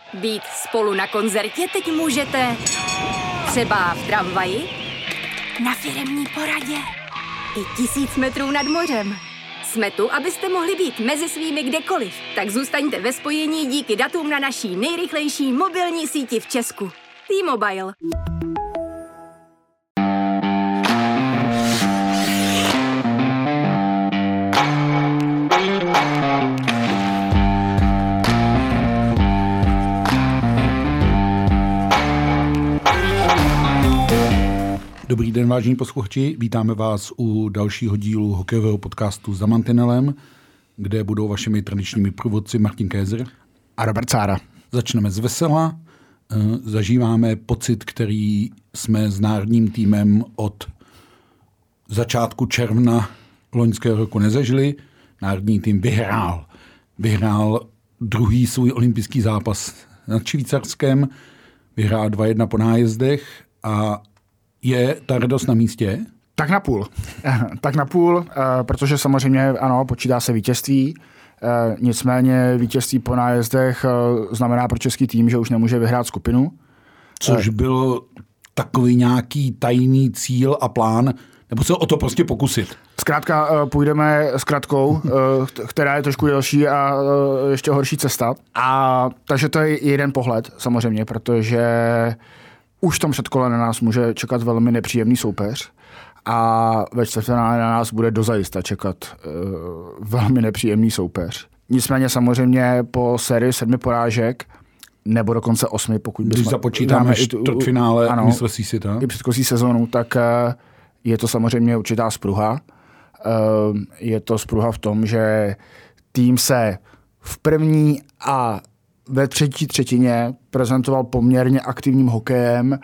Být spolu na koncertě teď můžete třeba v tramvaji, na firemní poradě i 1000 metrů nad mořem. Jsme tu, abyste mohli být mezi svými kdekoliv. Tak zůstaňte ve spojení díky datům na naší nejrychlejší mobilní síti v Česku. T-Mobile. Dobrý den, vážení posluchači, vítáme vás u dalšího dílu hokejového podcastu Za mantinelem, kde budou vašimi tradičními průvodci Martin Kézer a Robert Cára. Začneme z vesela, zažíváme pocit, který jsme s národním týmem od začátku června loňského roku nezažili. Národní tým vyhrál druhý svůj olympijský zápas nad Švýcarskem, vyhrál 2-1 po nájezdech a je ta radost na místě? Tak na půl, protože samozřejmě ano, počítá se vítězství, nicméně vítězství po nájezdech znamená pro český tým, že už nemůže vyhrát skupinu. Což byl takový nějaký tajný cíl a plán, nebo se o to prostě pokusit? Zkrátka půjdeme s kratkou, která je trošku delší a ještě horší cesta. Takže to je jeden pohled samozřejmě, protože už v tom předkole na nás může čekat velmi nepříjemný soupeř a ve čtvrtfinále na nás bude dozajista čekat velmi nepříjemný soupeř. Nicméně samozřejmě po sérii 7 porážek, nebo dokonce 8, pokud bychom... Když započítáme čtvrtfinále, myslí si to? I předchozí sezonu, tak je to samozřejmě určitá spruha. Je to spruha v tom, že tým se v první a ve třetí třetině prezentoval poměrně aktivním hokejem.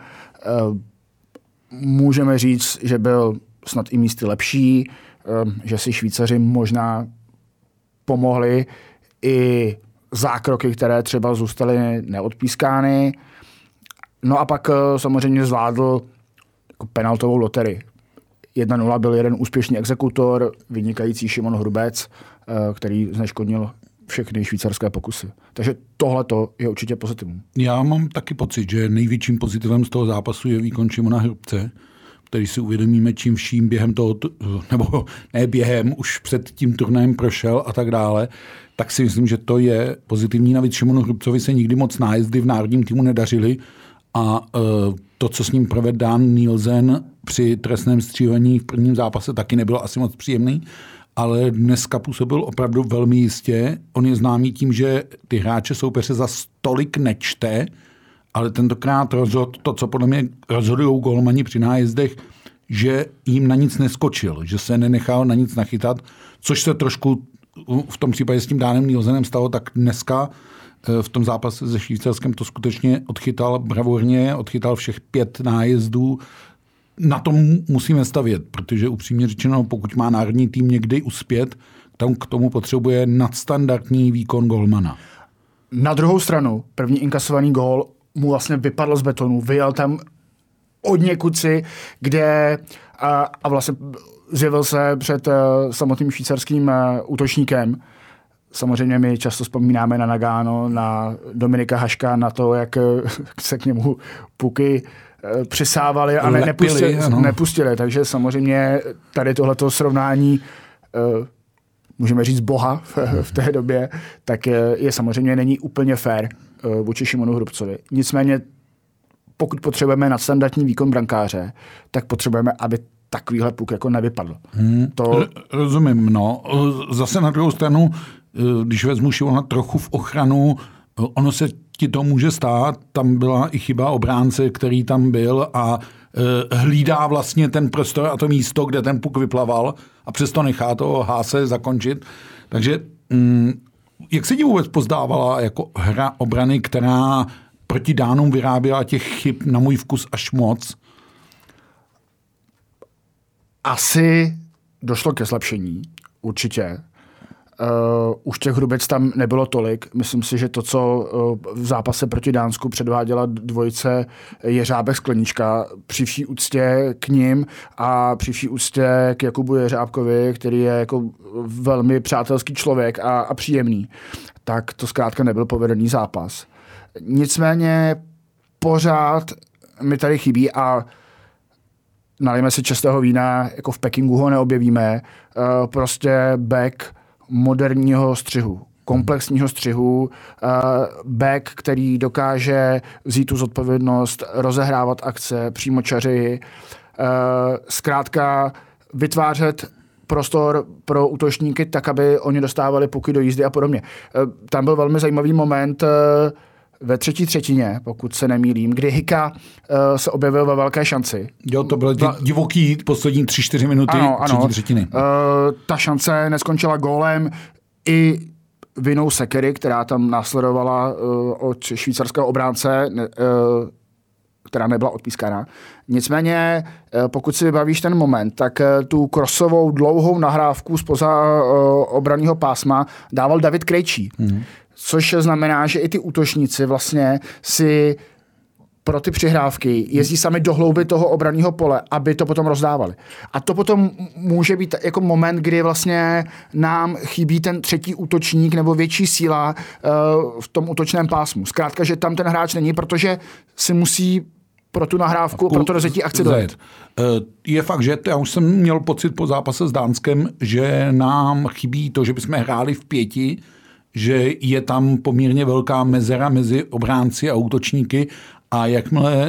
Můžeme říct, že byl snad i místy lepší, že si Švýcaři možná pomohli i zákroky, které třeba zůstaly neodpískány. No a pak samozřejmě zvládl jako penaltovou loterii. 1-0 byl jeden úspěšný exekutor, vynikající Šimon Hrubec, který zneškodnil všechny švýcarské pokusy. Takže tohleto je určitě pozitivum. Já mám taky pocit, že největším pozitivem z toho zápasu je výkon Šimona Hrubce, který si uvědomíme, čím vším během toho, nebo ne během, už před tím turnajem prošel a tak dále, tak si myslím, že to je pozitivní. Navíc Šimonu Hrubcovi se nikdy moc nájezdy v národním týmu nedařily a to, co s ním provedl Dan Nielsen při trestném střílení v prvním zápase, taky nebylo asi moc příjemný. Ale dneska působil opravdu velmi jistě. On je známý tím, že ty hráče soupeře za stolik nečte, ale tentokrát rozhodl to, co podle mě rozhodují golmani při nájezdech, že jim na nic neskočil, že se nenechal na nic nachytat, což se trošku v tom případě s tím Dánem Nielsenem stalo, tak dneska v tom zápase se Švýcarskem to skutečně odchytal bravurně, odchytal všech 5 nájezdů. Na tom musíme stavět, protože upřímně řečeno, pokud má národní tým někdy uspět, tam k tomu potřebuje nadstandardní výkon golmana. Na druhou stranu, první inkasovaný gól mu vlastně vypadl z betonu, vyjel tam od někuci, kde a vlastně zjevil se před samotným švýcarským útočníkem. Samozřejmě my často vzpomínáme na Nagano, na Dominika Haška, na to, jak se k němu puky přisávali a nepustili. Takže samozřejmě tady tohleto srovnání, můžeme říct Boha v té době, tak je samozřejmě není úplně fair vůči Šimonu Hrubcovi. Nicméně, pokud potřebujeme nadstandardní výkon brankáře, tak potřebujeme, aby takovýhle puk jako nevypadl. Rozumím, no. Zase na druhou stranu, když vezmu Šimona trochu v ochranu, ono se ti to může stát, tam byla i chyba obránce, který tam byl a hlídá vlastně ten prostor a to místo, kde ten puk vyplaval a přesto nechá toho Haase zakončit. Takže jak se ti vůbec pozdávala jako hra obrany, která proti Dánům vyráběla těch chyb na můj vkus až moc? Asi došlo ke zlepšení, určitě. Už těch Hrubec tam nebylo tolik. Myslím si, že to, co v zápase proti Dánsku předváděla dvojice Jeřábek Sklenička, při vší úctě k nim a při vší úctě k Jakubu Jeřábkovi, který je jako velmi přátelský člověk a příjemný, tak to zkrátka nebyl povedený zápas. Nicméně pořád mi tady chybí a nalijeme si čistého vína, jako v Pekingu ho neobjevíme, prostě back moderního střihu, komplexního střihu, back, který dokáže vzít tu zodpovědnost, rozehrávat akce, přímočaři, zkrátka vytvářet prostor pro útočníky tak, aby oni dostávali puky do jízdy a podobně. Tam byl velmi zajímavý moment ve třetí třetině, pokud se nemýlím, kdy Hika se objevil ve velké šanci. Jo, to bylo divoký poslední 3-4 minuty třetí třetiny. Ta šance neskončila gólem i vinou sekery, která tam následovala od švýcarského obránce, která nebyla odpískaná. Nicméně, pokud si vybavíš ten moment, tak tu krosovou dlouhou nahrávku zpoza obranného pásma dával David Krejčí. Což znamená, že i ty útočníci vlastně si pro ty přihrávky jezdí sami do hlouby toho obranného pole, aby to potom rozdávali. A to potom může být jako moment, kdy vlastně nám chybí ten třetí útočník nebo větší síla v tom útočném pásmu. Zkrátka, že tam ten hráč není, protože si musí pro tu nahrávku, pro to rozjetí akci dojet. Je fakt, že já už jsem měl pocit po zápase s Dánskem, že nám chybí to, že bychom hráli v 5, že je tam poměrně velká mezera mezi obránci a útočníky a jakmile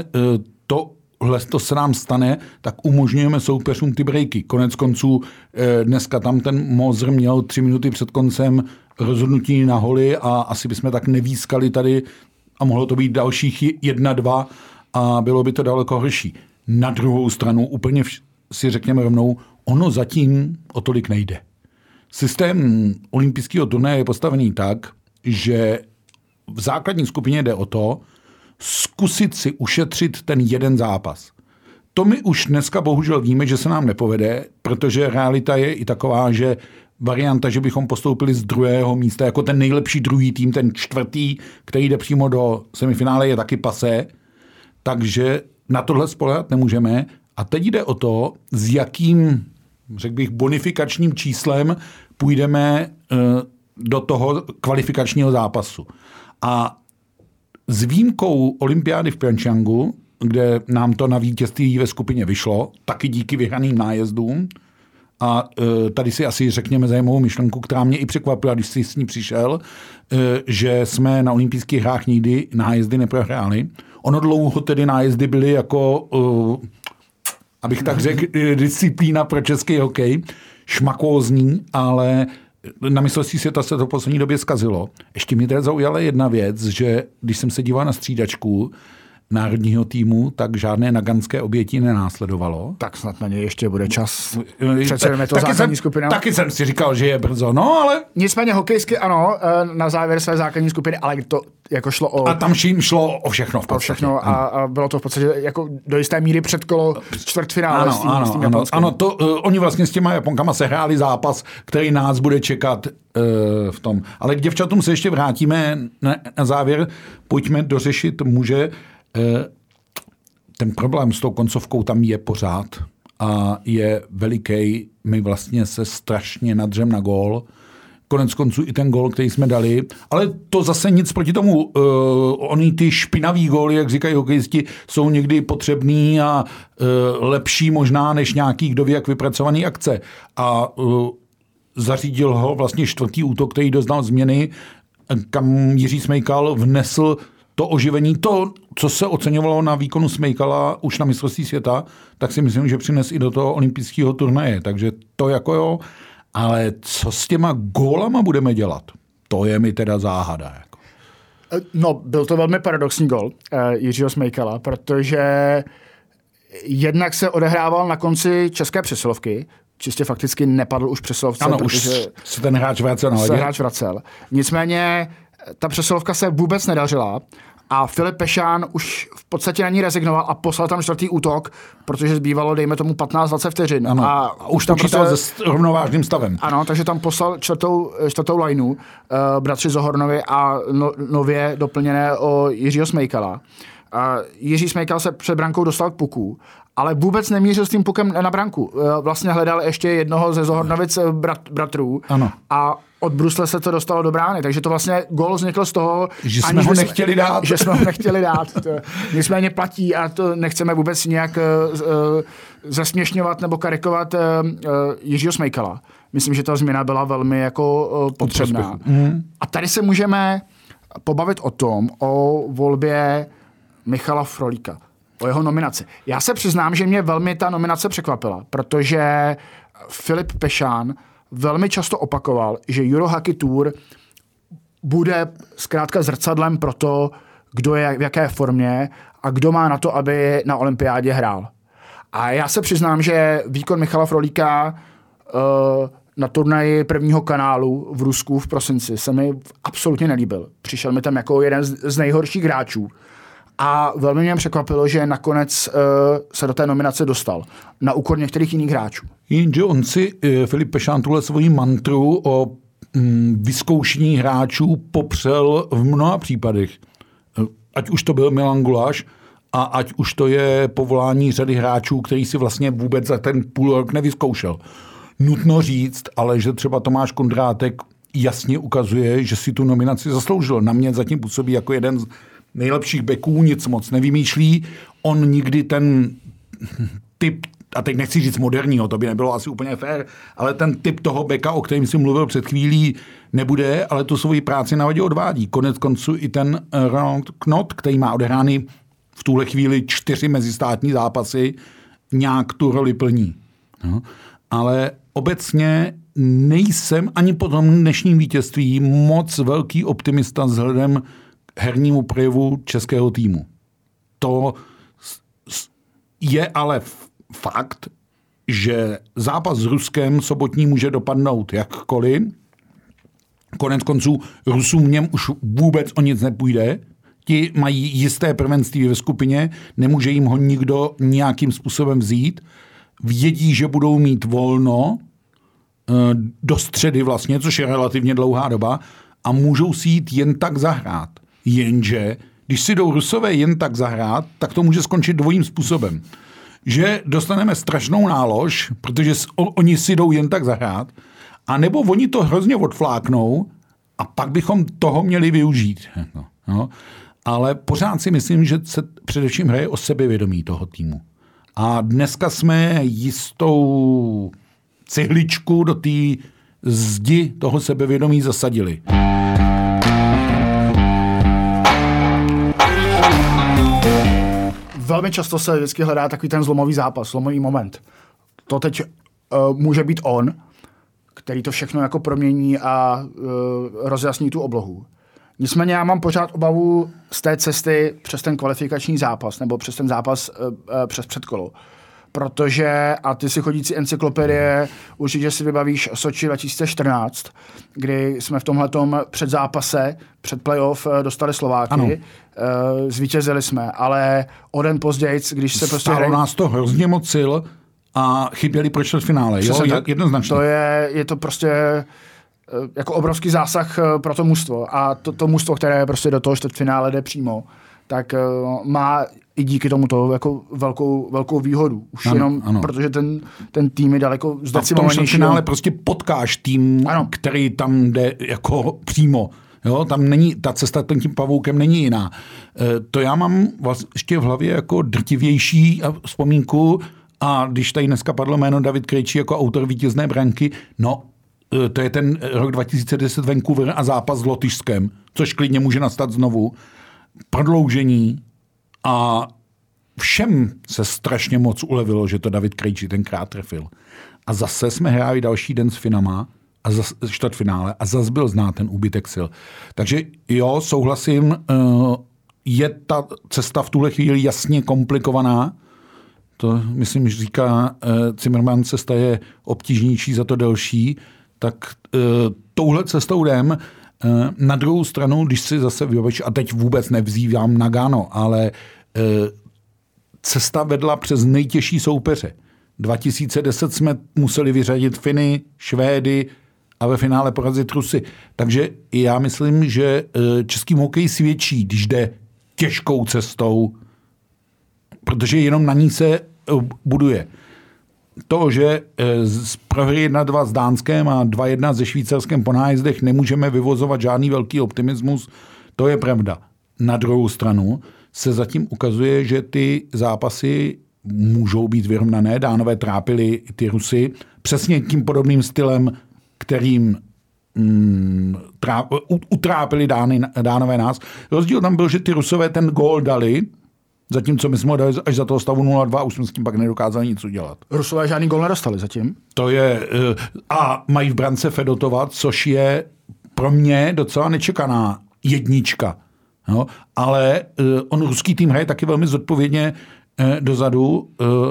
to se nám stane, tak umožňujeme soupeřům ty breaky. Konec konců dneska tam ten Moser měl 3 minuty před koncem rozhodnutí na holy a asi bychom tak nevýskali tady a mohlo to být dalších 1-2 a bylo by to daleko horší. Na druhou stranu úplně si řekněme rovnou, ono zatím o tolik nejde. Systém olympijského turnaje je postavený tak, že v základní skupině jde o to, zkusit si ušetřit ten jeden zápas. To my už dneska bohužel víme, že se nám nepovede, protože realita je i taková, že varianta, že bychom postoupili z druhého místa jako ten nejlepší druhý tým, ten čtvrtý, který jde přímo do semifinále, je taky pasé, takže na tohle spoléhat nemůžeme. A teď jde o to, s jakým, řekl bych, bonifikačním číslem půjdeme do toho kvalifikačního zápasu. A s výjimkou olympiády v Pyeongchangu, kde nám to na vítězství ve skupině vyšlo, taky díky vyhraným nájezdům, a tady si asi řekněme zajímavou myšlenku, která mě i překvapila, když jsi s ní přišel, že jsme na olympijských hrách nikdy nájezdy neprohráli. Ono dlouho tedy nájezdy byly jako, abych tak řekl, disciplína pro český hokej, šmakózní, ale na mistrovství světa se to v poslední době zkazilo. Ještě mě teda zaujala jedna věc, že když jsem se díval na střídačku národního týmu, tak žádné naganské oběti nenásledovalo. Tak snad na něj ještě bude čas. Přece to základní skupina. Taky jsem si říkal, že je brzo, no ale... Nicméně hokejsky ano, na závěr své základní skupiny, ale to jako šlo o... A tam vším šlo o všechno v podstatě. O všechno a bylo to v podstatě jako do jisté míry předkolo čtvrtfinále s tím Japonskem. Ano, oni vlastně s těma Japonkama sehráli zápas, který nás bude čekat v tom. Ale k děvčatům se ještě vrátíme na závěr. Pojďme dořešit muže. Ten problém s tou koncovkou tam je pořád a je veliký. My vlastně se strašně nadřem na gól. Konec konců i ten gól, který jsme dali. Ale to zase nic proti tomu. Oni ty špinavý góly, jak říkají hokejisti, jsou někdy potřebný a lepší možná než nějaký kdo ví jak vypracovaný akce. A zařídil ho vlastně čtvrtý útok, který doznal změny, kam Jiří Smejkal vnesl to oživení, to, co se oceňovalo na výkonu Smejkala už na mistrovství světa, tak si myslím, že přines i do toho olympijského turnaje. Takže to jako jo, ale co s těma gólama budeme dělat? To je mi teda záhada. Jako. No, byl to velmi paradoxní gól Jiřího Smejkala, protože jednak se odehrával na konci české přesilovky, čistě fakticky nepadl už přesilovce. Ano, už se ten hráč vracel. Nicméně ta přesilovka se vůbec nedařila a Filip Pešán už v podstatě na ní rezignoval a poslal tam čtvrtý útok, protože zbývalo, dejme tomu, 15-20 vteřin. Ano, a už tam počítal se rovnovážným stavem. Ano, takže tam poslal čtvrtou lineu bratři Zohornovi a nově doplněné o Jiřího Smejkala. Jiří Smejkal se před brankou dostal k puku, ale vůbec nemířil s tím pukem na branku. Vlastně hledal ještě jednoho ze Zohornovic bratrů a od brusle se to dostalo do brány, takže to vlastně gól vznikl z toho, že jsme ho nechtěli dát. Že jsme ho nechtěli dát. Nicméně platí a to nechceme vůbec nějak zasměšňovat nebo karikovat Jiřího Smejkala. Myslím, že ta změna byla velmi jako potřebná. A tady se můžeme pobavit o volbě Michala Frolíka, o jeho nominaci. Já se přiznám, že mě velmi ta nominace překvapila, protože Filip Pešán velmi často opakoval, že Euro Hockey Tour bude zkrátka zrcadlem pro to, kdo je v jaké formě a kdo má na to, aby na olympiádě hrál. A já se přiznám, že výkon Michala Frolíka na turnaji Prvního kanálu v Rusku v prosinci se mi absolutně nelíbil. Přišel mi tam jako jeden z nejhorších hráčů. A velmi mě překvapilo, že nakonec se do té nominace dostal. Na úkor některých jiných hráčů. Jenže on si, Filip Pešán, tuhle svoji mantru o vyzkoušení hráčů popřel v mnoha případech. Ať už to byl Milan Guláš a ať už to je povolání řady hráčů, který si vlastně vůbec za ten půl rok nevyzkoušel. Nutno říct, ale že třeba Tomáš Kondrátek jasně ukazuje, že si tu nominaci zasloužil. Na mě zatím působí jako jeden z nejlepších beků, nic moc nevymýšlí. On nikdy ten typ, a teď nechci říct moderního, to by nebylo asi úplně fér, ale ten typ toho beka, o kterém si mluvil před chvílí, nebude, ale tu svoji práci na vodě odvádí. Konec konců i ten Ronald Knott, který má odehrány v tuhle chvíli 4 mezistátní zápasy, nějak tu roli plní. No. Ale obecně nejsem ani po tom dnešním vítězství moc velký optimista vzhledem hernímu projevu českého týmu. To je ale fakt, že zápas s Ruskem sobotní může dopadnout jakkoliv. Konec konců Rusům něm už vůbec o nic nepůjde. Ti mají jisté prvenství ve skupině, nemůže jim ho nikdo nějakým způsobem vzít. Vědí, že budou mít volno do středy vlastně, což je relativně dlouhá doba, a můžou si jít jen tak zahrát. Jenže, když si jdou Rusové jen tak zahrát, tak to může skončit dvojím způsobem. Že dostaneme strašnou nálož, protože oni si jdou jen tak zahrát, anebo oni to hrozně odfláknou a pak bychom toho měli využít. No. Ale pořád si myslím, že se především hraje o sebevědomí toho týmu. A dneska jsme jistou cihličku do té zdi toho sebevědomí zasadili. Velmi často se vždycky hledá takový ten zlomový zápas, zlomový moment. To teď může být on, který to všechno jako promění a rozjasní tu oblohu. Nicméně já mám pořád obavu z té cesty přes ten kvalifikační zápas nebo přes ten zápas přes předkolo. Protože, a ty si chodící encyklopedie, určitě si vybavíš Soči 2014, kdy jsme v tomhletom předzápase, před playoff dostali Slováky, zvítězili jsme, ale o den později, když se prostě... Stálo nás to hrozně moc sil a chyběli pro čtvrtfinále, jo, jednoznačně. Je to prostě jako obrovský zásah pro to mužstvo a to mužstvo, které prostě do toho čtvrtfinále jde přímo, tak má i díky tomuto jako velkou výhodu. Už jenom protože ten tým je daleko zdecimovanější. A v tom finále prostě potkáš tým, který tam jde jako přímo. Jo, tam není, ta cesta tím pavoukem není jiná. To já mám vlastně ještě v hlavě jako drtivější vzpomínku a když tady dneska padlo jméno David Krejčí jako autor vítězné branky, no to je ten rok 2010 Vancouver a zápas s Lotyšskem, což klidně může nastat znovu. Prodloužení a všem se strašně moc ulevilo, že to David Krejčí tenkrát trefil. A zase jsme hráli další den s Finama a čtvrtfinále a zase byl znát ten úbytek sil. Takže jo, souhlasím, je ta cesta v tuhle chvíli jasně komplikovaná. To, myslím, že říká Zimmermann, cesta je obtížnější, za to delší. Tak touhle cestou jdem. Na druhou stranu, když si zase vybavíš, a teď vůbec nevzývám Nagano, ale cesta vedla přes nejtěžší soupeře. 2010 jsme museli vyřadit Finy, Švédy a ve finále porazit Rusy. Takže já myslím, že český hokej svědčí, když jde těžkou cestou, protože jenom na ní se buduje. To, že z prohry 1-2 s Dánskem a 2-1 se Švýcarskem po nájezdech nemůžeme vyvozovat žádný velký optimismus, to je pravda. Na druhou stranu se zatím ukazuje, že ty zápasy můžou být vyrovnané. Dánové trápili ty Rusy přesně tím podobným stylem, kterým utrápili Dánové nás. Rozdíl tam byl, že ty Rusové ten gól dali, zatímco my jsme ho dali až za toho stavu 0-2 a už jsme s tím pak nedokázali nic udělat. Rusové žádný gól nedostali zatím? To je... A mají v brance Fedotova, což je pro mě docela nečekaná jednička. No, ale on ruský tým hraje taky velmi zodpovědně dozadu.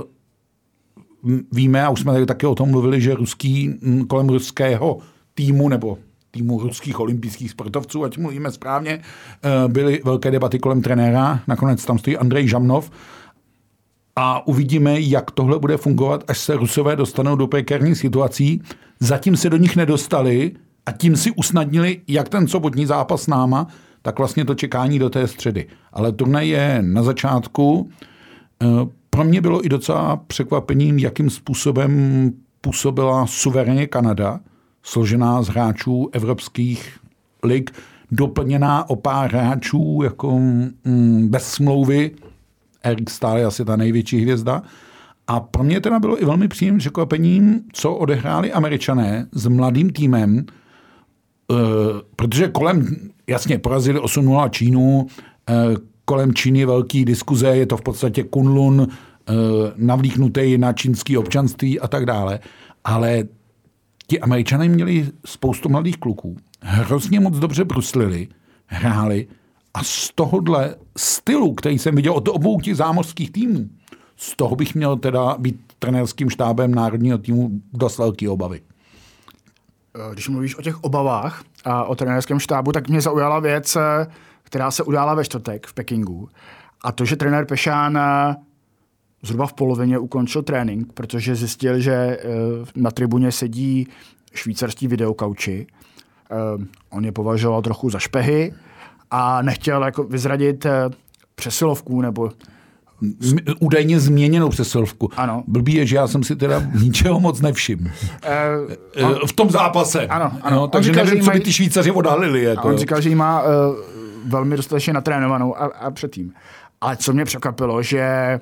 Víme, a už jsme tady taky o tom mluvili, že kolem ruského týmu nebo týmu ruských olympijských sportovců, ať mluvíme správně, byly velké debaty kolem trenéra. Nakonec tam stojí Andrej Žamnov. A uvidíme, jak tohle bude fungovat, až se Rusové dostanou do prekérních situací. Zatím se do nich nedostali a tím si usnadnili jak ten sobotní zápas s náma, tak vlastně to čekání do té středy. Ale turnaj je na začátku. Pro mě bylo i docela překvapením, jakým způsobem působila suverénně Kanada, složená z hráčů evropských lig, doplněná o pár hráčů jako bez smlouvy. Erik Staal je asi ta největší hvězda. A pro mě teda bylo i velmi příjemným překvapením, co odehráli Američané s mladým týmem, protože jasně, porazili 8-0 Čínu, kolem Číny velký diskuze, je to v podstatě Kunlun, navlíknutý na čínský občanství a tak dále. Ale ti Američané měli spoustu mladých kluků, hrozně moc dobře bruslili, hráli a z tohohle stylu, který jsem viděl od obou těch zámořských týmů, z toho bych měl teda být trenérským štábem národního týmu dost velký obavy. Když mluvíš o těch obavách a o trenérském štábu, tak mě zaujala věc, která se udála ve čtvrtek v Pekingu. A to, že trenér Pešán zhruba v polovině ukončil trénink, protože zjistil, že na tribuně sedí švýcarští videokauči. On je považoval trochu za špehy a nechtěl jako vyzradit přesilovku nebo údajně změněnou přesilovku. Ano. Blbý je, že já jsem si teda ničeho moc nevšiml. V tom zápase. Ano. No, takže říkal, nevím, co by ty Švýcaři odhalili. Jako. On říkal, že ji má velmi dostatečně natrénovanou a předtím. Ale co mě překvapilo, že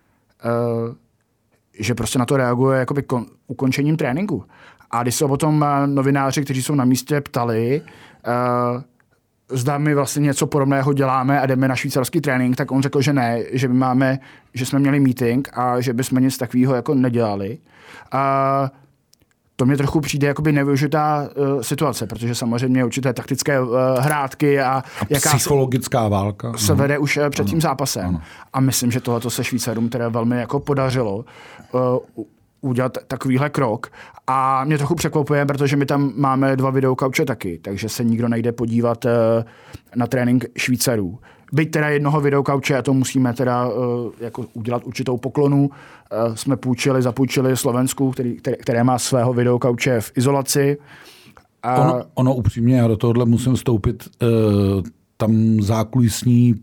prostě na to reaguje jakoby ukončením tréninku. A když se potom novináři, kteří jsou na místě, ptali, zda my vlastně něco podobného děláme a jdeme na švýcarský trénink, tak on řekl, že ne, že jsme měli meeting a že bychom nic takového jako nedělali. A to mě trochu přijde jakoby nevyužitá situace, protože samozřejmě určité taktické hrátky a psychologická válka se vede už před tím zápasem. Ano. A myslím, že tohleto se Švýcarům teda velmi jako podařilo udělat takovýhle krok. A mě trochu překvapuje, protože my tam máme 2 videokauče taky, takže se nikdo nejde podívat na trénink Švýcarů. Byť teda jednoho videokauče, a to musíme teda jako udělat určitou poklonu, jsme zapůjčili Slovensku, které má svého videokauče v izolaci. Ono upřímně, já do tohohle musím vstoupit, tam zákulisní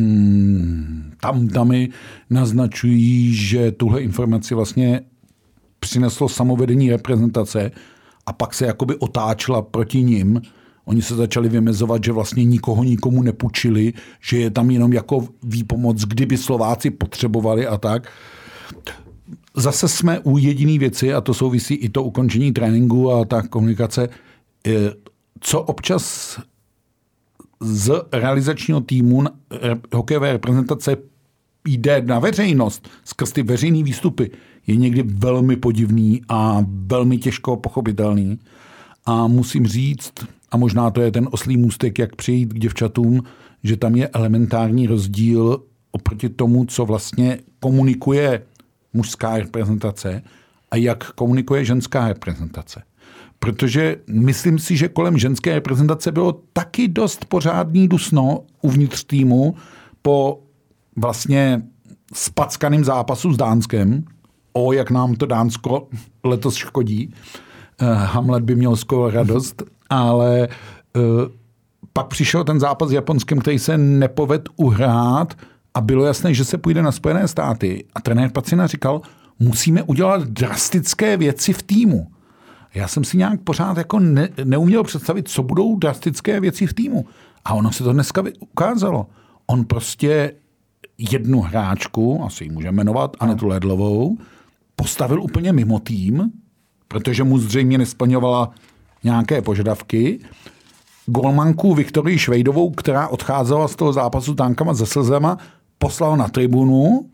tam naznačují, že tuhle informaci vlastně přineslo samovedení reprezentace a pak se jakoby otáčela proti nim. Oni se začali vymezovat, že vlastně nikomu nepůjčili, že je tam jenom jako výpomoc, kdyby Slováci potřebovali a tak. Zase jsme u jediné věci, a to souvisí i to ukončení tréninku a ta komunikace, co občas z realizačního týmu hokejové reprezentace jde na veřejnost skrz ty veřejný výstupy, je někdy velmi podivný a velmi těžko pochopitelný. A musím říct, a možná to je ten oslý můstek, jak přijít k děvčatům, že tam je elementární rozdíl oproti tomu, co vlastně komunikuje mužská reprezentace a jak komunikuje ženská reprezentace. Protože myslím si, že kolem ženské reprezentace bylo taky dost pořádný dusno uvnitř týmu po vlastně spackaným zápasu s Dánskem. Jak nám to Dánsko letos škodí. Hamlet by měl skoro radost, ale Pak přišel ten zápas s Japonskem, který se nepovedl uhrát a bylo jasné, že se půjde na Spojené státy. A trenér Pacina říkal, musíme udělat drastické věci v týmu. Já jsem si nějak pořád jako neuměl představit, co budou drastické věci v týmu. A ono se to dneska ukázalo. On prostě jednu hráčku, asi ji můžeme jmenovat, Anetu Ledlovou, postavil úplně mimo tým, protože mu zřejmě nesplňovala nějaké požadavky. Golmanku Viktorii Švejdovou, která odcházela z toho zápasu tánkama ze slzema, poslal na tribunu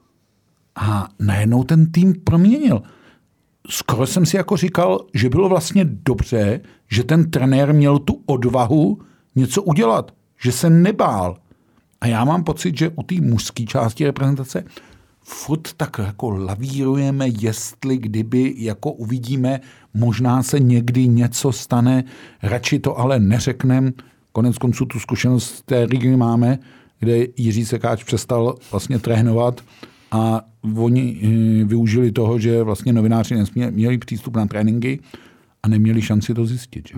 a najednou ten tým proměnil. Skoro jsem si jako říkal, že bylo vlastně dobře, že ten trenér měl tu odvahu něco udělat, že se nebál. A já mám pocit, že u té mužské části reprezentace furt tak jako lavírujeme, jestli kdyby jako uvidíme, možná se někdy něco stane, radši to ale neřekneme. Konec konců tu zkušenost té ligy máme, kde Jiří Sekáč přestal vlastně trénovat a oni využili toho, že vlastně novináři měli přístup na tréninky a neměli šanci to zjistit. Že?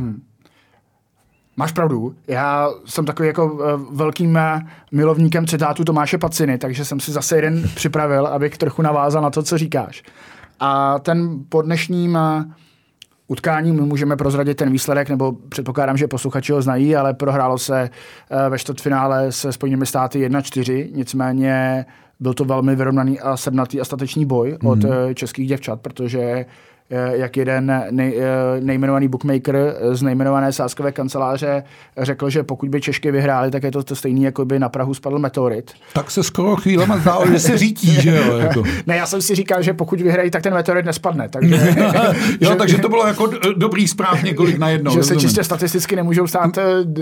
Máš pravdu. Já jsem takový jako velkým milovníkem citátu Tomáše Paciny, takže jsem si zase jeden připravil, abych trochu navázal na to, co říkáš. A ten po dnešním utkání my můžeme prozradit ten výsledek, nebo předpokládám, že posluchači ho znají, ale prohrálo se ve čtvrtfinále se Spojenými státy 1-4, nicméně byl to velmi vyrovnaný a sedmnatý a statečný boj od českých děvčat, protože jak jeden nejmenovaný bookmaker z nejmenované sázkové kanceláře řekl, že pokud by Češky vyhráli, tak je to stejný, jako by na Prahu spadl meteorit. Tak se skoro chvílema zdálo, že se řítí, že jo? Jako. Ne, já jsem si říkal, že pokud vyhrají, tak ten meteorit nespadne. Takže, jo, takže to bylo jako dobrý zpráv několik najednou. Že se čistě statisticky nemůžou stát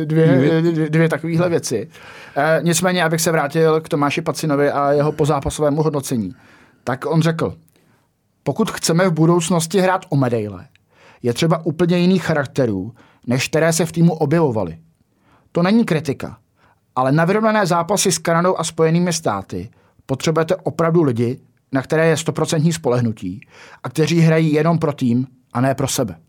dvě takovéhle věci. Nicméně, abych se vrátil k Tomáši Pacinovi a jeho pozápasovému hodnocení, tak on řekl, pokud chceme v budoucnosti hrát o medaile, je třeba úplně jiných charakterů, než které se v týmu objevovaly. To není kritika, ale na vyrovnané zápasy s Kanadou a Spojenými státy potřebujete opravdu lidi, na které je 100% spolehnutí a kteří hrají jenom pro tým a ne pro sebe.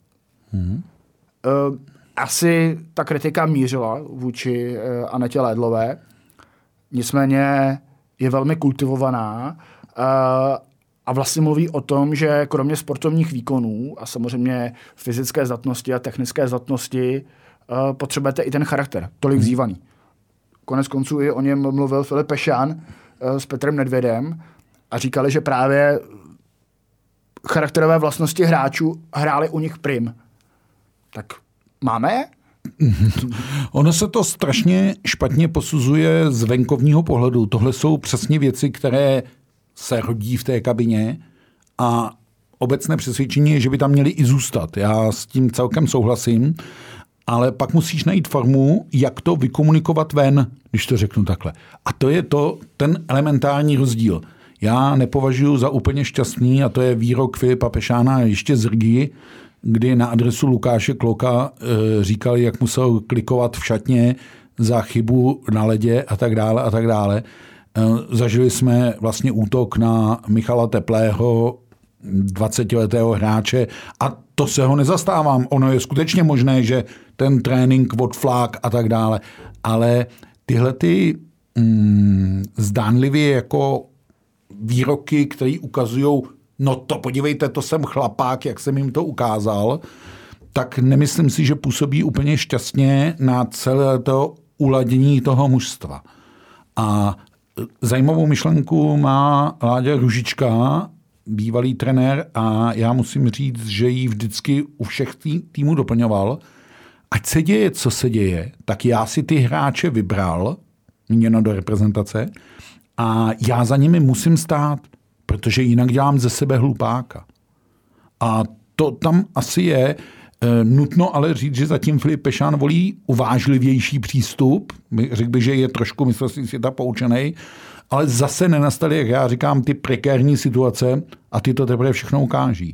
Asi ta kritika mířila vůči Anetě Ledlové, nicméně je velmi kultivovaná a vlastně mluví o tom, že kromě sportovních výkonů a samozřejmě fyzické zdatnosti a technické zdatnosti potřebujete i ten charakter, tolik vzývaný. Konec konců i o něm mluvil Filip Pešán s Petrem Nedvědem a říkali, že právě charakterové vlastnosti hráčů hrály u nich prim. Tak máme je? Ono se to strašně špatně posuzuje z venkovního pohledu. Tohle jsou přesně věci, které se rodí v té kabině a obecné přesvědčení je, že by tam měli i zůstat. Já s tím celkem souhlasím, ale pak musíš najít formu, jak to vykomunikovat ven, když to řeknu takhle. A to je ten elementární rozdíl. Já nepovažuji za úplně šťastný, a to je výrok Filipa Pešána ještě z Rgy, kdy na adresu Lukáše Kloka říkali, jak musel klikovat v šatně za chybu na ledě a tak dále a tak dále. Zažili jsme vlastně útok na Michala Teplého, 20letého hráče a to se ho nezastávám. Ono je skutečně možné, že ten trénink odflák a tak dále, ale tyhle zdánlivě jako výroky, které ukazují, no to podívejte, to jsem chlapák, jak jsem jim to ukázal, tak nemyslím si, že působí úplně šťastně na celé to uladění toho mužstva. A zajímavou myšlenku má Láďa Růžička, bývalý trenér, a já musím říct, že ji vždycky u všech týmů doplňoval. Ať se děje, co se děje, tak já si ty hráče vybral, míněno do reprezentace, a já za nimi musím stát, protože jinak dělám ze sebe hlupáka. A to tam asi je. Nutno ale říct, že zatím Filip Pešán volí uvážlivější přístup. Řekl bych, že je trošku mistrovství světa poučenej, ale zase nenastaly, jak já říkám, ty prekérní situace a ty to teprve všechno ukáží.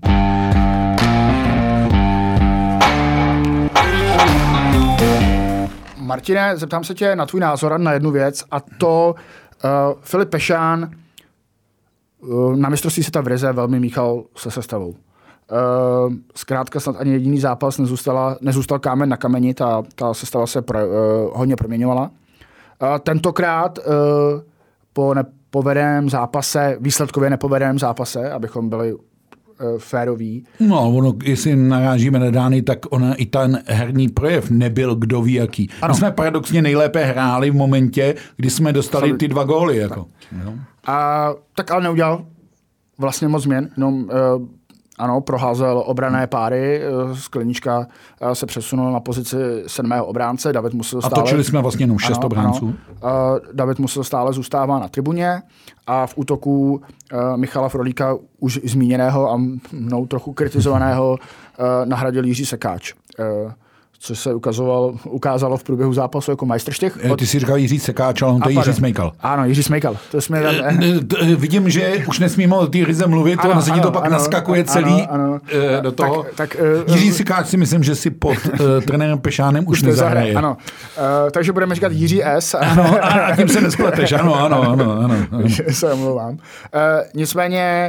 Martine, zeptám se tě na tvůj názor na jednu věc, a to Filip Pešán na mistrovství světa v Rize velmi míchal se sestavou. Zkrátka snad ani jediný zápas nezůstal kámen na kameni, ta sestava se hodně proměňovala. Tentokrát po nepovedeném zápase, výsledkově nepovedeném zápase, abychom byli féroví. No, ono, jestli narážíme na Dány, tak i ten herní projev nebyl kdo ví jaký. My jsme paradoxně nejlépe hráli v momentě, kdy jsme dostali ty 2 góly. Jako. Tak ale neudělal vlastně moc změn, jenom proházel obranné páry, Sklenička se přesunul na pozici 7. obránce, David musel stále... A točili jsme vlastně jenom 6 obránců. David musel stále zůstává na tribuně a v útoku Michala Frolíka, už zmíněného a mnou trochu kritizovaného, nahradil Jiří Sekáč. Což se ukázalo v průběhu zápasu jako majstrštych. Ty jsi říkal Jiří Sekáč, ale on to je Jiří Smejkal. Ano, Jiří Smejkal. Vidím, že už nesmíme o té Ryze mluvit, ono se ti to pak naskakuje celý do toho. Jiří Sekáč si myslím, že si pod trenérem Pešánem už nezahraje. Ano. Takže budeme říkat Jiří S. Ano, a tím se nespleteš. Ano. Se omlouvám. Nicméně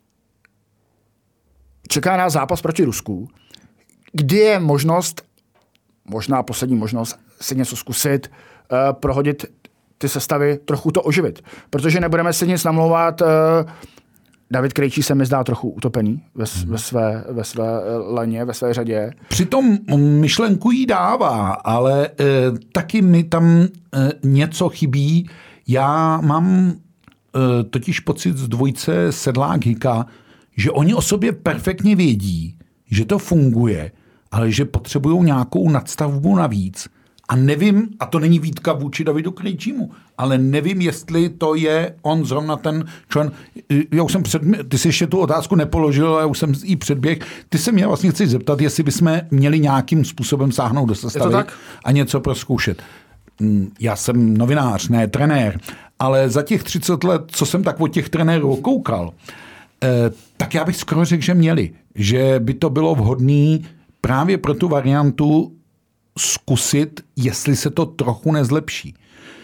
čeká nás zápas proti Rusku, kdy je možná poslední možnost si něco zkusit, prohodit ty sestavy, trochu to oživit. Protože nebudeme si nic namlouvat. David Krejčí se mi zdá trochu utopený ve své leně, ve své řadě. Přitom myšlenku jí dává, ale taky mi tam něco chybí. Já mám totiž pocit z dvojice Sedlák-Hika, že oni o sobě perfektně vědí, že to funguje, ale že potřebují nějakou nadstavbu navíc. A nevím, a to není výtka vůči Davidu Krejčímu, ale nevím, jestli to je on zrovna ten člen. Ty jsi ještě tu otázku nepoložil, já už jsem jí předběh. Ty se mě vlastně chci zeptat, jestli bychom měli nějakým způsobem sáhnout do sestavy a něco prozkoušet. Já jsem novinář, ne trenér, ale za těch 30 let, co jsem tak od těch trenérů koukal, tak já bych skoro řekl, že měli. Že by to bylo vhodné právě pro tu variantu zkusit, jestli se to trochu nezlepší.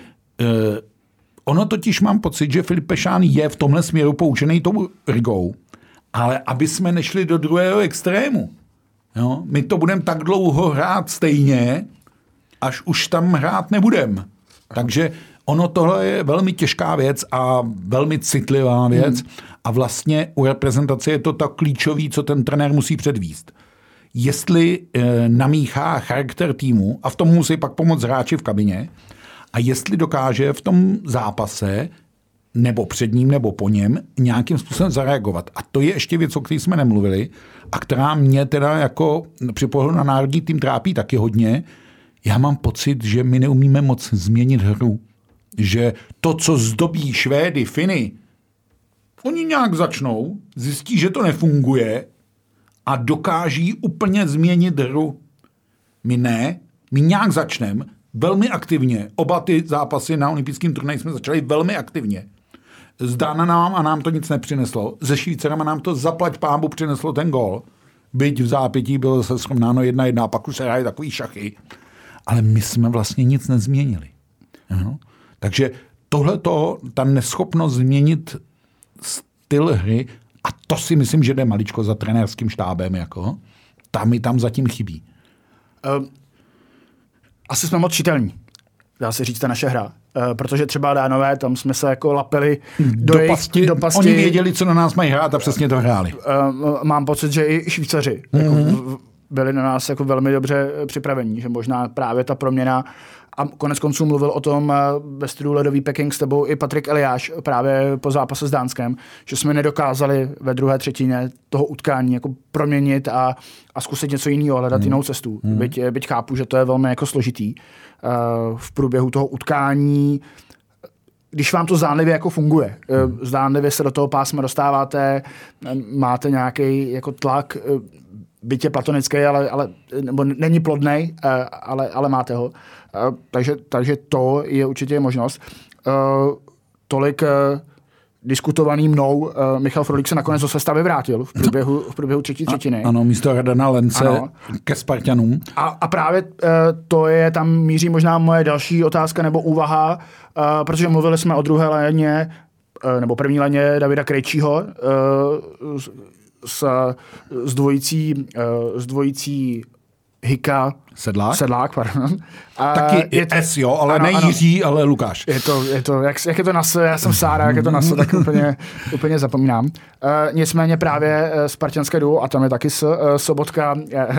Ono totiž mám pocit, že Filip Pešán je v tomhle směru poučený tou Rigou, ale aby jsme nešli do druhého extrému. Jo? My to budeme tak dlouho hrát stejně, až už tam hrát nebudeme. Takže ono tohle je velmi těžká věc a velmi citlivá věc a vlastně u reprezentace je to tak klíčový, co ten trenér musí předvíst. Jestli namíchá charakter týmu a v tom musí pak pomoct hráči v kabině a jestli dokáže v tom zápase nebo před ním, nebo po něm nějakým způsobem zareagovat. A to je ještě věc, o které jsme nemluvili a která mě teda jako při pohledu na národní tým trápí taky hodně. Já mám pocit, že my neumíme moc změnit hru. Že to, co zdobí Švédy, Finy, oni nějak začnou, zjistí, že to nefunguje a dokáží úplně změnit hru. My ne, my nějak začneme velmi aktivně. Oba ty zápasy na olympijském turnaji jsme začali velmi aktivně. S Dána nám to nic nepřineslo. Se Švýcarama nám to zaplať pámbu přineslo ten gól. Byť v zápětí bylo se srovnáno 1-1 a pak už se hrají takový šachy. Ale my jsme vlastně nic nezměnili. Ano. Takže tohleto, ta neschopnost změnit styl hry, a to si myslím, že jde maličko za trenérským štábem, jako, mi tam zatím chybí. Asi jsme moc čitelní, dá se říct, ta naše hra. Protože třeba Dánové, tam jsme se jako lapili do pasti. Oni věděli, co na nás mají hrát a přesně to hráli. Mám pocit, že i Švýcaři jako byli na nás jako velmi dobře připravení, že možná právě ta proměna, a konec konců mluvil o tom ve studiu Ledový Peking s tebou i Patrik Eliáš právě po zápase s Dánskem, že jsme nedokázali ve druhé třetině toho utkání jako proměnit a zkusit něco jiného, hledat jinou cestu. Byť chápu, že to je velmi jako složitý. V průběhu toho utkání, když vám to zdánlivě jako funguje, zdánlivě se do toho pásma dostáváte, máte nějaký jako tlak, byť je platonický, ale nebo není plodnej, ale máte ho. Takže to je určitě možnost. Tolik diskutovaný mnou Michal Frolík se nakonec do sestavy vrátil v průběhu třetí třetiny. Ano, místo Radana Lence ke Spartanům. A právě to je, tam míří možná moje další otázka nebo úvaha, protože mluvili jsme o druhé léně, nebo první léně Davida Krejčího s dvojicí Hika. Sedlák, pardon. Taky je S, jo, ale ano, ne Jiří, ale Lukáš. Je to, jak je to na já jsem Sára, jak je to na tak úplně zapomínám. Nicméně právě spartanské duo, a tam je taky Sobotka,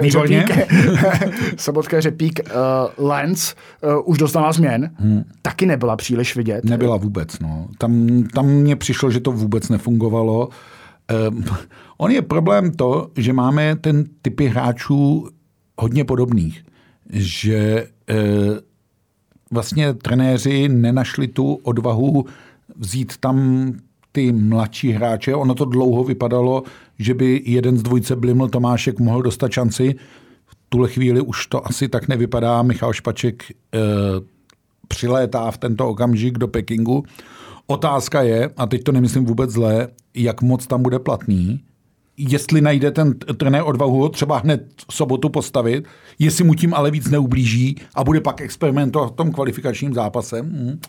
Sobotka, Řepík, Lenz, už dostala změn. Taky nebyla příliš vidět. Nebyla vůbec, no. Tam mně přišlo, že to vůbec nefungovalo. On je problém to, že máme ten typy hráčů hodně podobných, že vlastně trenéři nenašli tu odvahu vzít tam ty mladší hráče. Ono to dlouho vypadalo, že by jeden z dvojice Bliml Tomášek mohl dostat šanci. V tuhle chvíli už to asi tak nevypadá. Michal Špaček přilétá v tento okamžik do Pekingu. Otázka je, a teď to nemyslím vůbec zlé, jak moc tam bude platný, jestli najde ten trenér odvahu ho třeba hned v sobotu postavit, jestli mu tím ale víc neublíží a bude pak experimentovat v tom kvalifikačním zápase.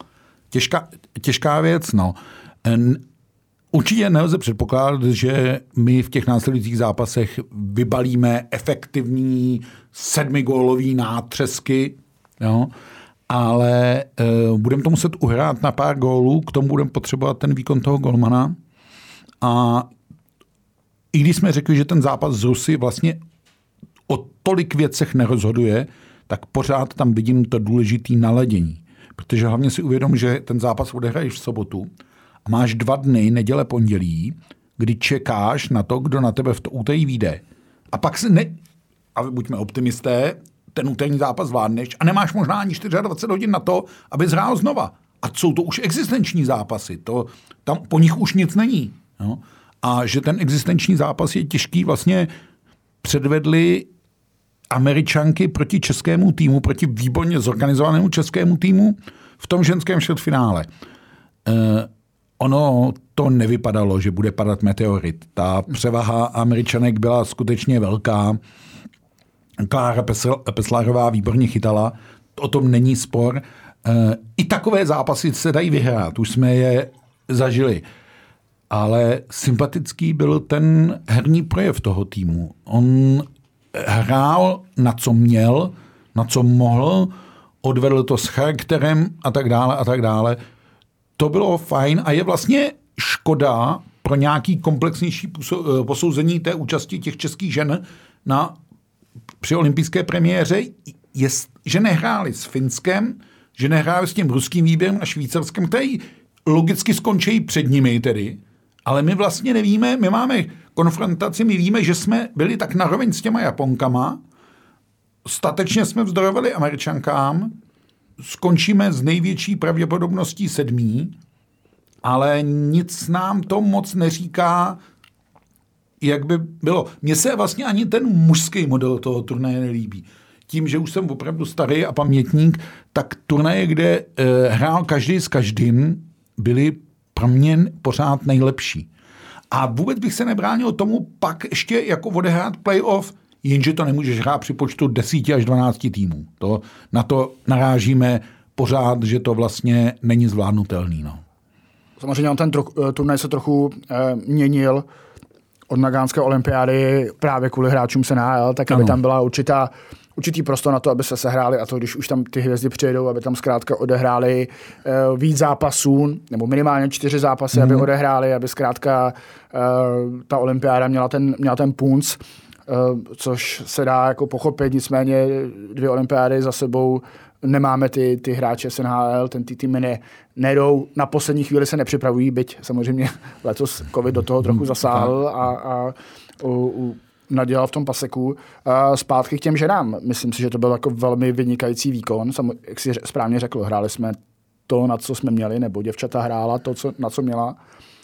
Těžká věc, no. Určitě nelze předpokládat, že my v těch následujících zápasech vybalíme efektivní 7gólový nátřesky, jo? Ale budeme to muset uhrát na pár gólů, k tomu budeme potřebovat ten výkon toho golmana. A i když jsme řekli, že ten zápas z Rusy vlastně o tolik věcech nerozhoduje, tak pořád tam vidím to důležité naladění. Protože hlavně si uvědom, že ten zápas odehraješ v sobotu a máš 2 dny, neděle, pondělí, kdy čekáš na to, kdo na tebe v to úterý vyjde. A pak a buďme optimisté, ten úterní zápas zvládneš a nemáš možná ani 24 hodin na to, aby zhrál znova. A jsou to už existenční zápasy. Tam po nich už nic není. Jo? A že ten existenční zápas je těžký, vlastně předvedli Američanky proti českému týmu, proti výborně zorganizovanému českému týmu v tom ženském čtvrtfinále. Ono to nevypadalo, že bude padat meteorit. Ta převaha Američanek byla skutečně velká. Klára Peslárová výborně chytala, o tom není spor. I takové zápasy se dají vyhrát, už jsme je zažili. Ale sympatický byl ten herní projev toho týmu. On hrál na co měl, na co mohl, odvedl to s charakterem a tak dále a tak dále. To bylo fajn a je vlastně škoda pro nějaký komplexnější posouzení té účasti těch českých žen při olympijské premiéře, že nehráli s Finskem, že nehráli s tím ruským výběrem a Švýcarskem, který logicky skončí před nimi tedy, ale my vlastně nevíme, my máme konfrontaci, my víme, že jsme byli tak naroveň s těma Japonkama, statečně jsme vzdorovali Američankám, skončíme s největší pravděpodobností 7, ale nic nám to moc neříká, jak by bylo. Mně se vlastně ani ten mužský model toho turnaje nelíbí. Tím, že už jsem opravdu starý a pamětník, tak turnaje, kde hrál každý s každým, byly pro mě pořád nejlepší. A vůbec bych se nebránil tomu pak ještě jako odehrát playoff, jenže to nemůžeš hrát při počtu 10 až 12 týmů. Na to narážíme pořád, že to vlastně není zvládnutelný. No. Samozřejmě on ten turnaj se trochu měnil od Nagánské olympiády právě kvůli hráčům se NHL, tak aby tam byla určitý prostor na to, aby se sehráli a to, když už tam ty hvězdy přijedou, aby tam zkrátka odehráli víc zápasů, nebo minimálně 4 zápasy, aby odehráli, aby zkrátka ta olympiáda měla ten punc, což se dá jako pochopit, nicméně 2 olympiády za sebou nemáme ty hráče z NHL, ty týmy nejdou, na poslední chvíli se nepřipravují, byť samozřejmě letos covid do toho trochu zasáhl a nadělal v tom paseku. Zpátky k těm ženám. Myslím si, že to byl jako velmi vynikající výkon. Jak si správně řekl, hráli jsme to, na co jsme měli, nebo děvčata hrála to, na co měla.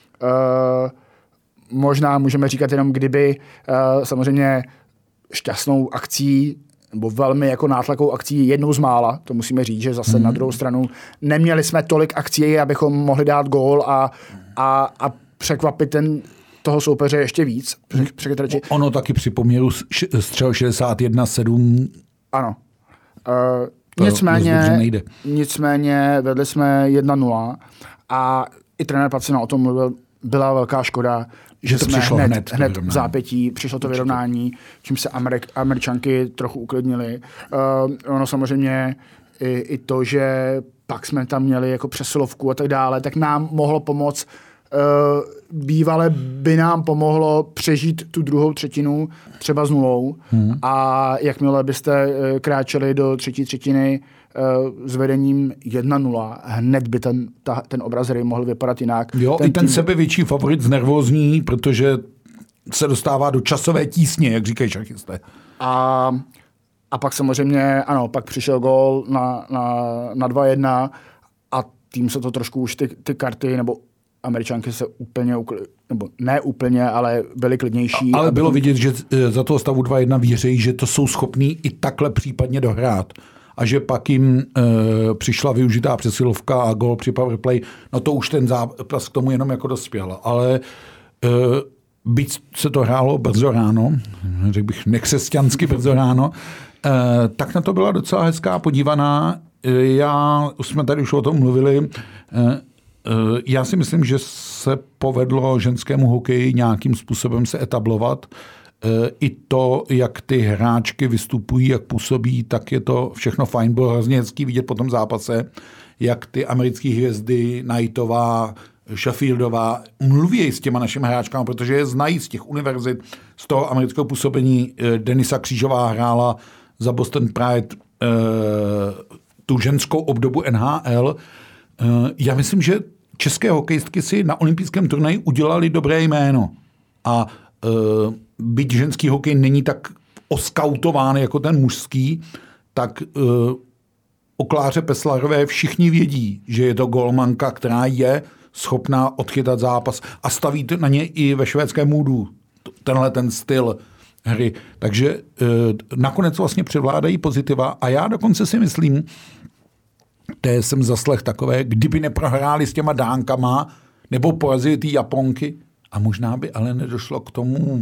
Možná můžeme říkat jenom, kdyby samozřejmě šťastnou akcí nebo velmi jako nátlakovou akcí jednou z mála, to musíme říct, že zase na druhou stranu neměli jsme tolik akcí, abychom mohli dát gól a překvapit toho soupeře ještě víc. Ono taky při poměru střel 61-7. Ano. Nicméně vedli jsme 1-0 a i trenér Pacina o tom mluvil, byla velká škoda. že to přišlo hned v zápětí, přišlo to vyrovnání, čím se Američanky trochu uklidnily. Ono samozřejmě i to, že pak jsme tam měli jako přesilovku a tak dále, tak nám mohlo pomoct, bývale by nám pomohlo přežít tu druhou třetinu třeba s 0 a jakmile byste kráčeli do třetí třetiny s vedením 1-0, hned by ten obraz hry mohl vypadat jinak. Jo, i ten sebevětší favorit znervózní, protože se dostává do časové tísně, jak říkají šachisté. A pak samozřejmě, ano, pak přišel gól na 2-1 a tím se to trošku už ty karty, nebo Američanky se úplně, nebo ne úplně, ale byly klidnější. Ale bylo vidět, že za toho stavu 2-1 věří, že to jsou schopní i takhle případně dohrát. A že pak jim přišla využitá přesilovka a gól při powerplay, no to už ten zápas k tomu jenom jako dospěl. Ale byť se to hrálo brzo ráno, řekl bych nekřesťansky brzo ráno, tak na to byla docela hezká podívaná. Už jsme tady už o tom mluvili, já si myslím, že se povedlo ženskému hokeji nějakým způsobem se etablovat. I to, jak ty hráčky vystupují, jak působí, tak je to všechno fajn. Bylo hrozně hezký vidět po tom zápase, jak ty americké hvězdy, Knightová, Sheffieldová, mluví s těma našimi hráčkami, protože je znají z těch univerzit, z toho amerického působení. Denisa Křížová hrála za Boston Pride tu ženskou obdobu NHL. Já myslím, že české hokejistky si na olympijském turnaji udělali dobré jméno. A byť ženský hokej není tak oskautován jako ten mužský, tak o Kláře Peslarové všichni vědí, že je to golmanka, která je schopná odchytat zápas a staví na ně i ve švédském můdu tenhle ten styl hry. Takže nakonec vlastně převládají pozitiva a já dokonce si myslím, té jsem zaslech takové, kdyby neprohráli s těma Dánkama nebo porazili ty Japonky, a možná by ale nedošlo k tomu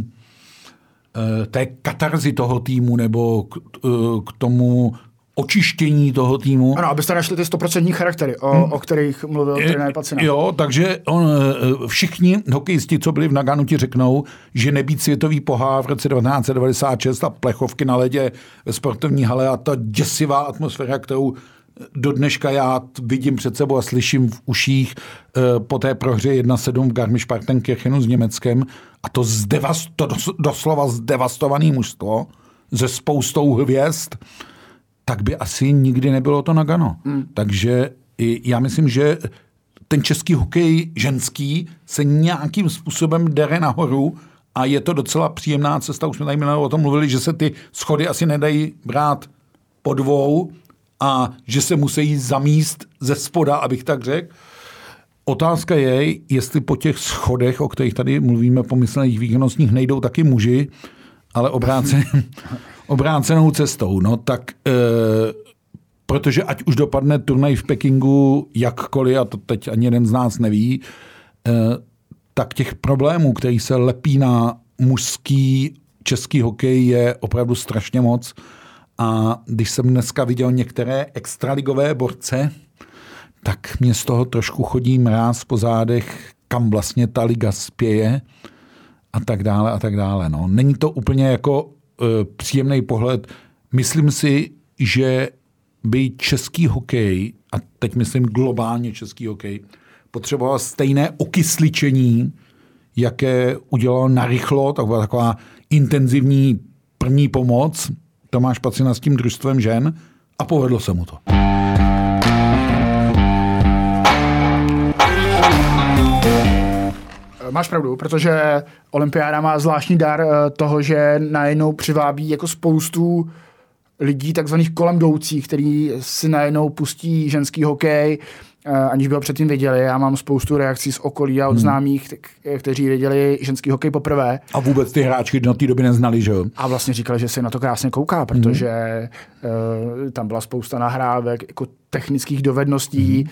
té katarzi toho týmu nebo k tomu očištění toho týmu. Ano, abyste našli ty 100% charaktery, o kterých mluvil trenér Pacina. Jo, takže všichni hokejisti, co byli v Naganu, ti řeknou, že nebýt světový pohár v roce 1996 a plechovky na ledě ve sportovní hale a ta děsivá atmosféra, kterou do dneška já vidím před sebou a slyším v uších po té prohře 1-7 v Garmisch-Partenkirchenu s Německem a to doslova zdevastované mužstvo se spoustou hvězd, tak by asi nikdy nebylo to Nagano. Takže já myslím, že ten český hokej ženský se nějakým způsobem dere nahoru a je to docela příjemná cesta. Už jsme tady o tom mluvili, že se ty schody asi nedají brát po dvou a že se musí zamíst ze spoda, abych tak řekl. Otázka je, jestli po těch schodech, o kterých tady mluvíme, pomyslných výkonnostních, nejdou taky muži, ale obrácenou cestou. No tak, protože ať už dopadne turnaj v Pekingu jakkoliv, a to teď ani jeden z nás neví, tak těch problémů, který se lepí na mužský český hokej, je opravdu strašně moc. A když jsem dneska viděl některé extraligové borce, tak mě z toho trošku chodí mráz po zádech, kam vlastně ta liga spěje a tak dále a tak dále. No. Není to úplně jako příjemný pohled. Myslím si, že by český hokej, a teď myslím globálně český hokej, potřeboval stejné okysličení, jaké udělal narychlo, taková intenzivní první pomoc Tomáš Pacina s tím družstvem žen a povedlo se mu to. Máš pravdu, protože olympiáda má zvláštní dar toho, že najednou přivábí jako spoustu lidí takzvaných kolem jdoucích, který si najednou pustí ženský hokej, aniž by ho předtím viděli. Já mám spoustu reakcí z okolí a od známých, kteří viděli ženský hokej poprvé. A vůbec ty hráčky do té doby neznali, že jo? A vlastně říkali, že se na to krásně kouká, protože tam byla spousta nahrávek, jako technických dovedností,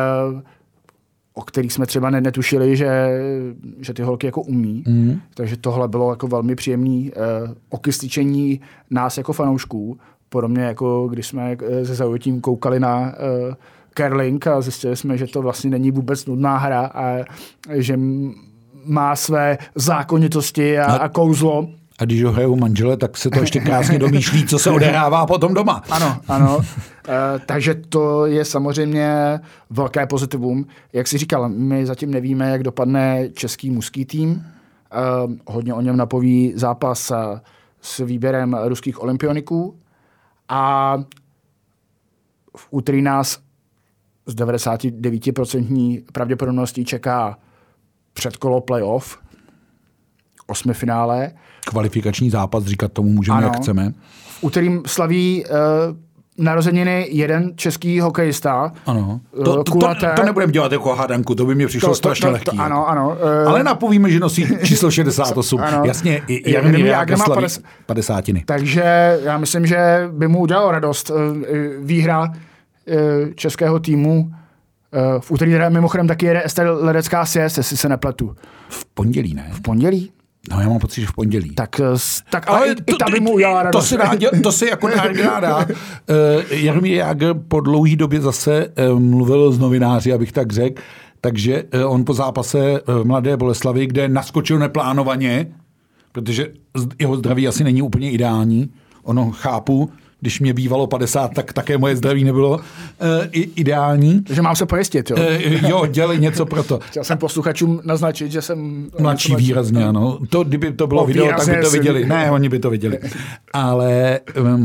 o kterých jsme třeba netušili, že ty holky jako umí. Takže tohle bylo jako velmi příjemný okysličení nás jako fanoušků. Podobně jako když jsme se zaujatím koukali na curling a zjistili jsme, že to vlastně není vůbec nudná hra a že má své zákonitosti a kouzlo. A když ho hrajou manžele, tak se to ještě krásně domýšlí, co se odehrává potom doma. Ano. Takže to je samozřejmě velké pozitivum. Jak jsi říkal, my zatím nevíme, jak dopadne český mužský tým. Hodně o něm napoví zápas s výběrem ruských olympioniků. A v úterý nás z 99% pravděpodobností čeká předkolo playoff, 8. finále. Kvalifikační zápas, říkat tomu můžeme, jak chceme. V úterý slaví narozeniny jeden český hokejista. Ano. To nebudeme dělat jako hádanku, to by mě přišlo strašně lehký. Ano. Ale napovíme, že nosí číslo 68. Jasně, Jaromír Jágr slaví 50. Takže já myslím, že by mu udělalo radost výhra českého týmu. V úterý mimochodem taky jede Ester Ledecká sjezd, jestli se nepletu. V pondělí, ne? V pondělí? No, já mám pocit, že v pondělí. Tak ale i ta by mu udělala radost. To se jako dá. Jaromír Jágr po dlouhé době zase mluvil s novináři, abych tak řekl, takže on po zápase v Mladé Boleslavi, kde naskočil neplánovaně, protože jeho zdraví asi není úplně ideální, ono chápu, když mě bývalo 50, tak také moje zdraví nebylo ideální. Takže mám se pojistit, jo? Jo, dělej něco pro to. Chtěl jsem posluchačům naznačit, že jsem... Mladší výrazně, ano. To, kdyby to bylo video, tak by to viděli. Ne, oni by to viděli. Ale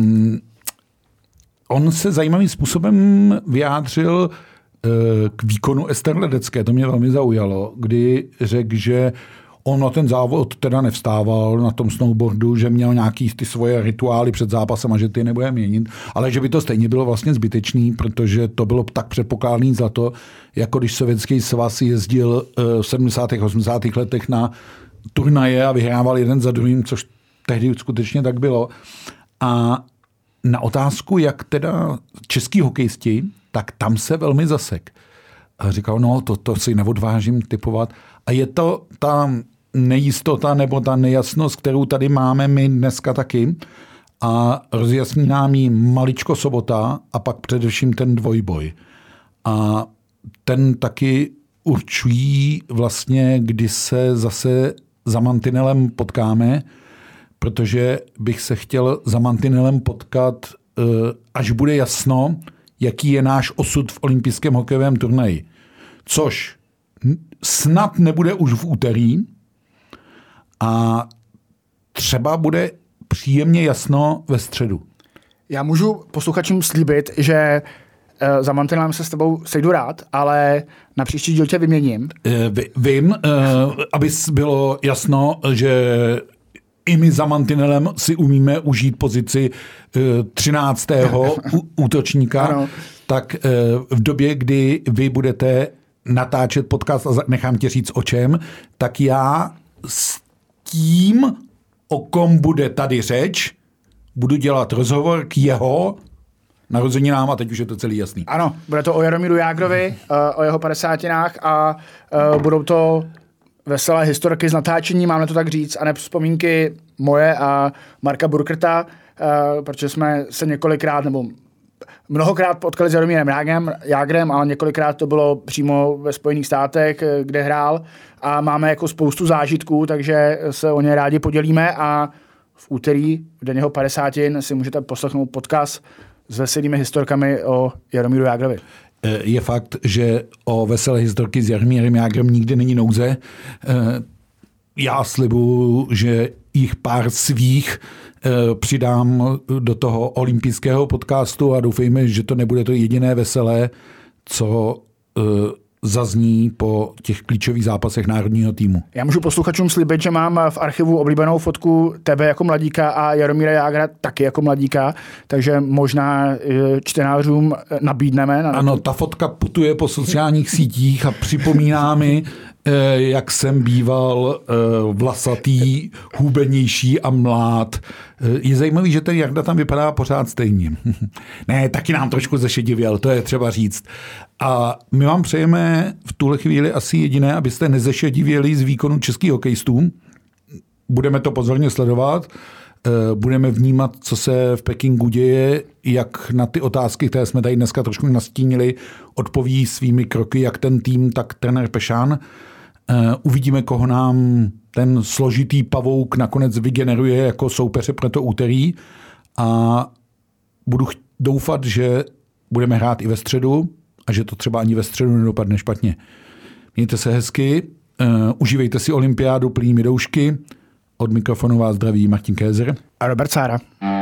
on se zajímavým způsobem vyjádřil k výkonu Ester Ledecké. To mě velmi zaujalo, kdy řekl, že on na ten závod teda nevstával na tom snowboardu, že měl nějaký ty svoje rituály před zápasem a že ty nebude měnit, ale že by to stejně bylo vlastně zbytečný, protože to bylo tak předpokládaný za to, jako když Sovětský svaz jezdil v 70. 80. letech na turnaje a vyhrával jeden za druhým, což tehdy skutečně tak bylo. A na otázku, jak teda český hokejisti, tak tam se velmi zasek. A říkal, no to si neodvážím typovat. A je to tam nejistota nebo ta nejasnost, kterou tady máme my dneska taky a rozjasní nám ji maličko Sobota a pak především ten dvojboj. A ten taky určují vlastně, kdy se zase za mantinelem potkáme, protože bych se chtěl za mantinelem potkat, až bude jasno, jaký je náš osud v olympijském hokejovém turnaji. Což snad nebude už v úterý a třeba bude příjemně jasno ve středu. Já můžu posluchačům slíbit, že za mantinelem se s tebou sejdu rád, ale na příští díl tě vyměním. Vím, aby bylo jasno, že i my za mantinelem si umíme užít pozici 13. útočníka, ano. Tak v době, kdy vy budete natáčet podcast a nechám tě říct o čem, tak já s tím, o kom bude tady řeč, budu dělat rozhovor k jeho narozeninám a teď už je to celý jasný. Ano, bude to o Jaromíru Jágrovi, o jeho 50. a budou to veselé historky z natáčení, mám na to tak říct, a ne vzpomínky moje a Marka Burkerta, protože jsme se několikrát nebo mnohokrát potkali s Jaromírem Jágrem, ale několikrát to bylo přímo ve Spojených státech, kde hrál a máme jako spoustu zážitků, takže se o ně rádi podělíme a v úterý, v den jeho 50, si můžete poslechnout podcast s veselými historkami o Jaromíru Jágrovi. Je fakt, že o veselé historky s Jaromírem Jágrem nikdy není nouze. Já slibuju, že jich pár svých přidám do toho olympijského podcastu a doufejme, že to nebude to jediné veselé, co zazní po těch klíčových zápasech národního týmu. Já můžu posluchačům slibit, že mám v archivu oblíbenou fotku tebe jako mladíka a Jaromíra Jágra taky jako mladíka, takže možná čtenářům nabídneme. Ano, ta fotka putuje po sociálních sítích a připomíná mi, jak jsem býval vlasatý, hubenější a mlád. Je zajímavý, že ten Jarda tam vypadá pořád stejně. Ne, taky nám trošku zešedivěl, to je třeba říct. A my vám přejeme v tuhle chvíli asi jediné, abyste nezešedivěli z výkonu českých hokejistů. Budeme to pozorně sledovat, budeme vnímat, co se v Pekingu děje, jak na ty otázky, které jsme tady dneska trošku nastínili, odpoví svými kroky jak ten tým, tak trenér Pešán. Uvidíme, koho nám ten složitý pavouk nakonec vygeneruje jako soupeře pro to úterý a budu doufat, že budeme hrát i ve středu a že to třeba ani ve středu nedopadne špatně. Mějte se hezky, užívejte si olympiádu plnými doušky. Od mikrofonu vás zdraví Martin Kézer a Robert Sára.